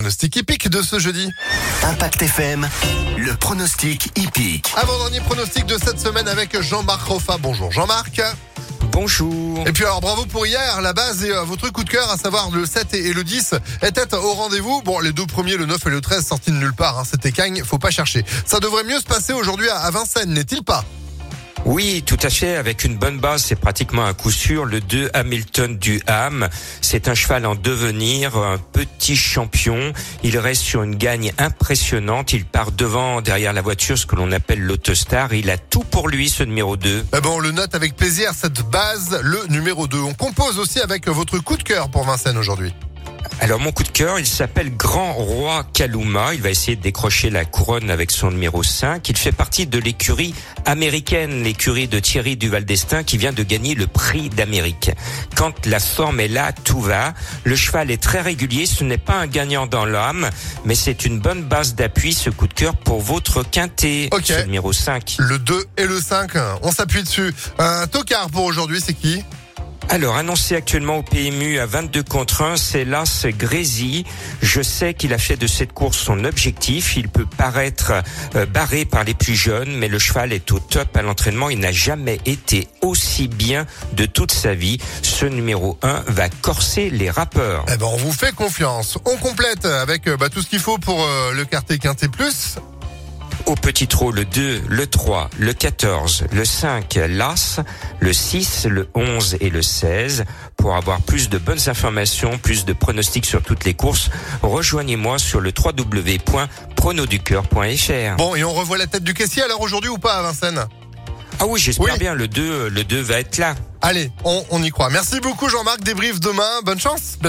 pronostic hippique de ce jeudi. Impact FM, le pronostic hippique. Avant-dernier pronostic de cette semaine avec Jean-Marc Roffa. Bonjour Jean-Marc. Bonjour. Et puis alors bravo pour hier, la base et votre coup de cœur, à savoir le 7 et le 10, étaient au rendez-vous. Bon, les deux premiers, le 9 et le 13, sortis de nulle part, c'était Cagne, faut pas chercher. Ça devrait mieux se passer aujourd'hui à Vincennes, n'est-il pas ? Oui, tout à fait. Avec une bonne base, c'est pratiquement un coup sûr. Le 2 Hamilton du Ham, c'est un cheval en devenir, un petit champion. Il reste sur une gagne impressionnante. Il part devant, derrière la voiture, ce que l'on appelle l'autostar. Il a tout pour lui, ce numéro 2. Eh ben, on le note avec plaisir, cette base, le numéro 2. On compose aussi avec votre coup de cœur pour Vincennes aujourd'hui. Alors mon coup de cœur, il s'appelle Grand Roi Kaluma. Il va essayer de décrocher la couronne avec son numéro 5. Il fait partie de l'écurie américaine, l'écurie de Thierry Duval d'Estaing qui vient de gagner le prix d'Amérique. Quand la forme est là, tout va. Le cheval est très régulier. Ce n'est pas un gagnant dans l'âme, mais c'est une bonne base d'appui, ce coup de cœur pour votre quintet, Ok. ce numéro 5. Le 2 et le 5, on s'appuie dessus. Un tocard pour aujourd'hui, c'est qui ? Alors, annoncé actuellement au PMU à 22 contre 1, c'est l'As Grésy. Je sais qu'il a fait de cette course son objectif. Il peut paraître barré par les plus jeunes, mais le cheval est au top à l'entraînement. Il n'a jamais été aussi bien de toute sa vie. Ce numéro 1 va corser les rappeurs. Eh ben, on vous fait confiance. On complète avec tout ce qu'il faut pour le quartier Quintet Plus. Au petit trot, le 2, le 3, le 14, le 5, l'As, le 6, le 11 et le 16. Pour avoir plus de bonnes informations, plus de pronostics sur toutes les courses, rejoignez-moi sur le www.pronoducœur.fr. Bon, et on revoit la tête du caissier alors aujourd'hui ou pas à Vincennes ? Ah oui, j'espère Oui. bien, le 2 va être là. Allez, on y croit. Merci beaucoup Jean-Marc, débrief demain, bonne chance.